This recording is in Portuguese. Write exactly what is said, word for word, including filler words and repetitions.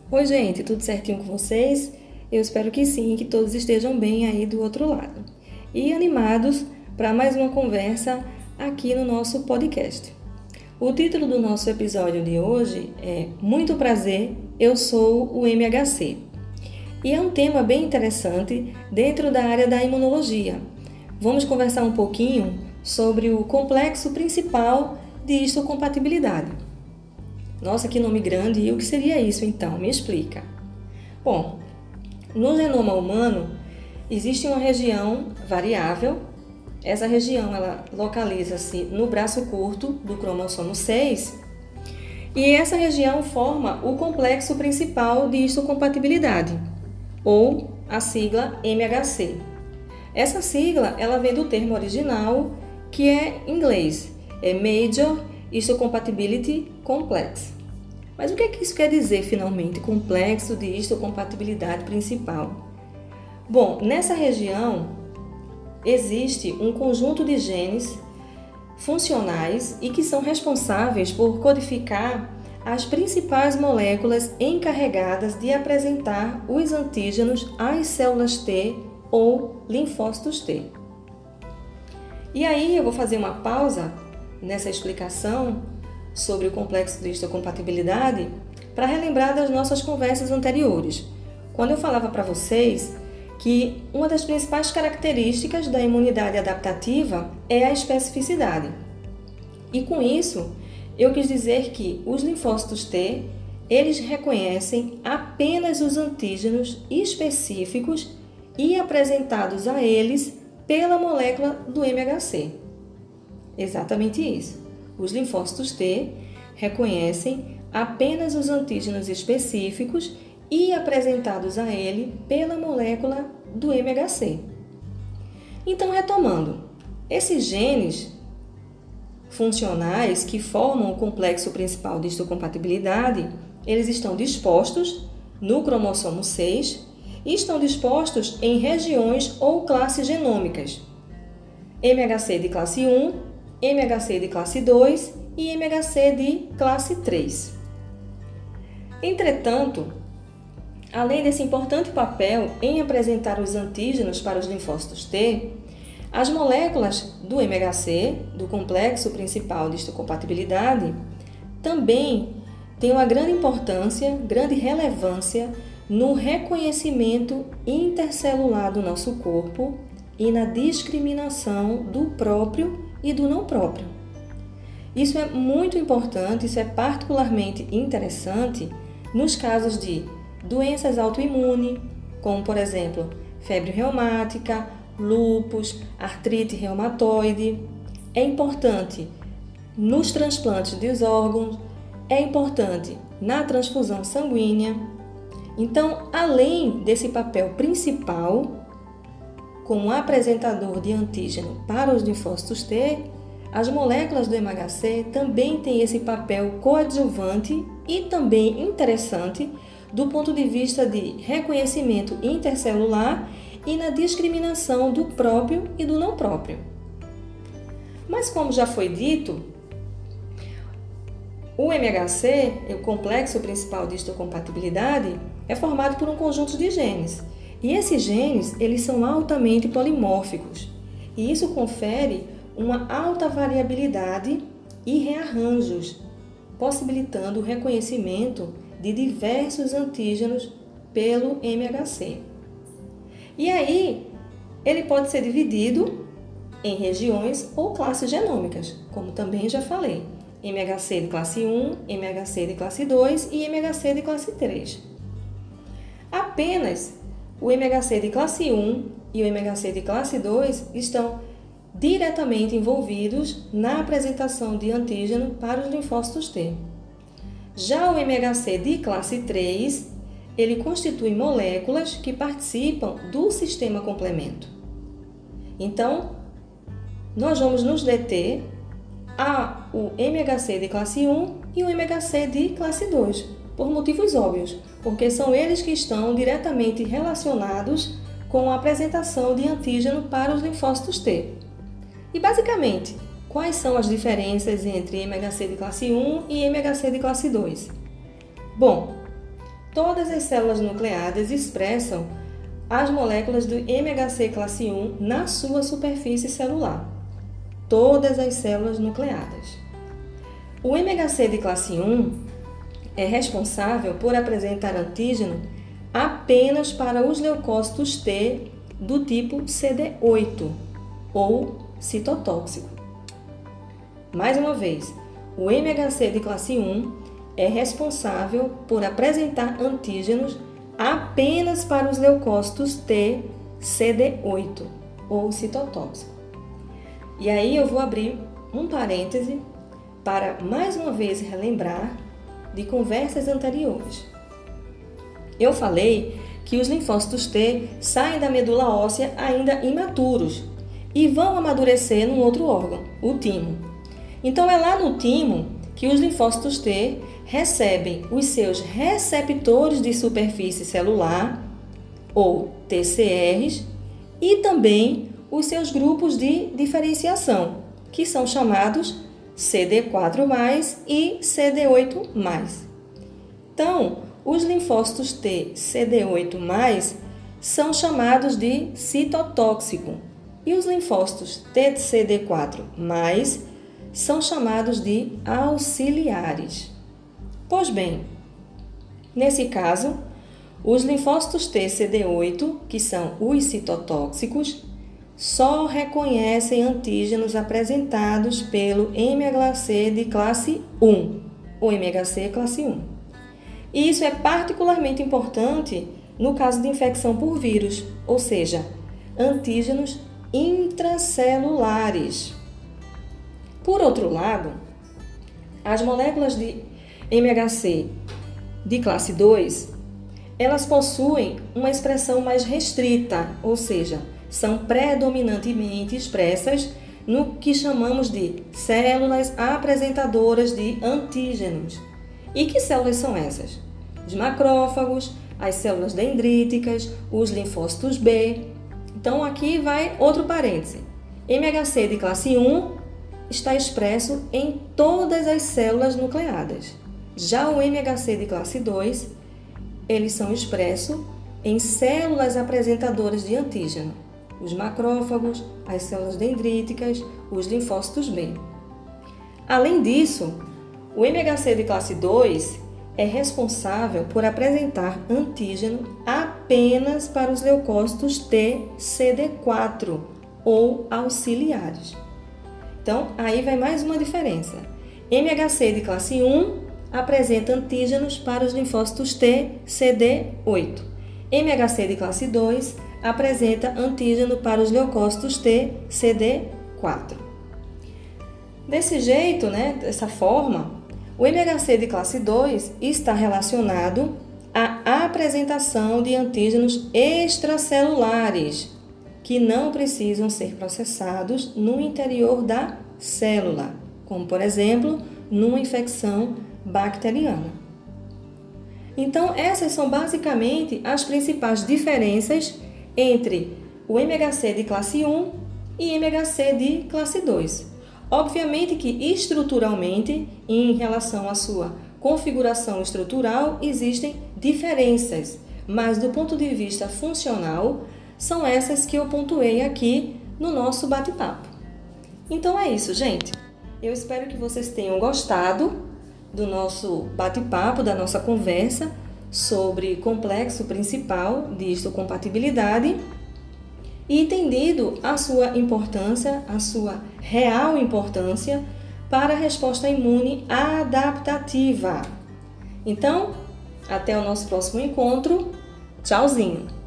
Oi, gente, tudo certinho com vocês? Eu espero que sim, que todos estejam bem aí do outro lado. E animados para mais uma conversa aqui no nosso podcast. O título do nosso episódio de hoje é Muito Prazer, Eu Sou o M H C. E é um tema bem interessante dentro da área da imunologia. Vamos conversar um pouquinho sobre o complexo principal de histocompatibilidade. Nossa, que nome grande! E o que seria isso então? Me explica. Bom, no genoma humano existe uma região variável. Essa região ela localiza-se no braço curto do cromossomo seis e essa região forma o complexo principal de histocompatibilidade, ou a sigla M H C. Essa sigla ela vem do termo original que é em inglês, é Major Histocompatibility Complex. Mas o que é que isso quer dizer finalmente, complexo de histocompatibilidade principal? Bom, nessa região existe um conjunto de genes funcionais e que são responsáveis por codificar as principais moléculas encarregadas de apresentar os antígenos às células T ou linfócitos T. E aí eu vou fazer uma pausa nessa explicação sobre o complexo de histocompatibilidade para relembrar das nossas conversas anteriores, quando eu falava para vocês que uma das principais características da imunidade adaptativa é a especificidade. E com isso, eu quis dizer que os linfócitos T, eles reconhecem apenas os antígenos específicos e apresentados a eles pela molécula do M H C. Exatamente isso. Os linfócitos T reconhecem apenas os antígenos específicos e apresentados a ele pela molécula do M H C. Então, retomando, esses genes funcionais que formam o complexo principal de histocompatibilidade, eles estão dispostos no cromossomo seis e estão dispostos em regiões ou classes genômicas. M H C de classe um, M H C de classe dois e M H C de classe três. Entretanto, além desse importante papel em apresentar os antígenos para os linfócitos T, as moléculas do M H C, do complexo principal de histocompatibilidade, também têm uma grande importância, grande relevância no reconhecimento intercelular do nosso corpo e na discriminação do próprio e do não próprio. Isso é muito importante, isso é particularmente interessante nos casos de doenças autoimunes, como por exemplo, febre reumática, lúpus, artrite reumatoide. É importante nos transplantes dos órgãos, é importante na transfusão sanguínea. Então, além desse papel principal, como apresentador de antígeno para os linfócitos T, as moléculas do M H C também têm esse papel coadjuvante e também interessante do ponto de vista de reconhecimento intercelular e na discriminação do próprio e do não próprio. Mas como já foi dito, o M H C, o complexo principal de histocompatibilidade, é formado por um conjunto de genes. E esses genes, eles são altamente polimórficos. E isso confere uma alta variabilidade e rearranjos, possibilitando o reconhecimento de diversos antígenos pelo M H C. E aí, ele pode ser dividido em regiões ou classes genômicas, como também já falei. M H C de classe um, M H C de classe dois e M H C de classe três. Apenas o M H C de classe um e o M H C de classe dois estão diretamente envolvidos na apresentação de antígeno para os linfócitos T. Já o M H C de classe três, ele constitui moléculas que participam do sistema complemento. Então, nós vamos nos deter a o M H C de classe um e o M H C de classe dois, por motivos óbvios, porque são eles que estão diretamente relacionados com a apresentação de antígeno para os linfócitos T. E basicamente, quais são as diferenças entre M H C de classe um e M H C de classe dois? Bom, todas as células nucleadas expressam as moléculas do M H C classe um na sua superfície celular. Todas as células nucleadas. O M H C de classe um é responsável por apresentar antígeno apenas para os leucócitos T do tipo C D oito, ou citotóxico. Mais uma vez, o M H C de classe um é responsável por apresentar antígenos apenas para os leucócitos T C D oito, ou citotóxico. E aí eu vou abrir um parêntese para mais uma vez relembrar de conversas anteriores. Eu falei que os linfócitos T saem da medula óssea ainda imaturos e vão amadurecer num outro órgão, o timo. Então é lá no timo que os linfócitos T recebem os seus receptores de superfície celular, ou T C Rs, e também os seus grupos de diferenciação, que são chamados C D quatro mais, e C D oito mais. Então, os linfócitos T C D oito mais são chamados de citotóxico e os linfócitos T C D quatro mais são chamados de auxiliares. Pois bem, nesse caso, os linfócitos T C D oito, que são os citotóxicos, só reconhecem antígenos apresentados pelo M H C de classe um, ou M H C classe um. E isso é particularmente importante no caso de infecção por vírus, ou seja, antígenos intracelulares. Por outro lado, as moléculas de M H C de classe dois, elas possuem uma expressão mais restrita, ou seja, são predominantemente expressas no que chamamos de células apresentadoras de antígenos. E que células são essas? Os macrófagos, as células dendríticas, os linfócitos B. Então aqui vai outro parêntese. M H C de classe um está expresso em todas as células nucleadas. Já o M H C de classe dois, eles são expressos em células apresentadoras de antígeno, os macrófagos, as células dendríticas, os linfócitos B. Além disso, o M H C de classe dois é responsável por apresentar antígeno apenas para os leucócitos T C D quatro, ou auxiliares. Então, aí vai mais uma diferença. M H C de classe um apresenta antígenos para os linfócitos T C D oito. M H C de classe dois apresenta antígeno para os leucócitos T C D quatro. Desse jeito, né, dessa forma, o M H C de classe dois está relacionado à apresentação de antígenos extracelulares, que não precisam ser processados no interior da célula, como, por exemplo, numa infecção bacteriana. Então, essas são basicamente as principais diferenças entre o M H C de classe um e M H C de classe dois. Obviamente que estruturalmente, em relação à sua configuração estrutural, existem diferenças, mas do ponto de vista funcional, são essas que eu pontuei aqui no nosso bate-papo. Então é isso, gente. Eu espero que vocês tenham gostado do nosso bate-papo, da nossa conversa sobre complexo principal de histocompatibilidade e entendido a sua importância, a sua real importância para a resposta imune adaptativa. Então, até o nosso próximo encontro. Tchauzinho!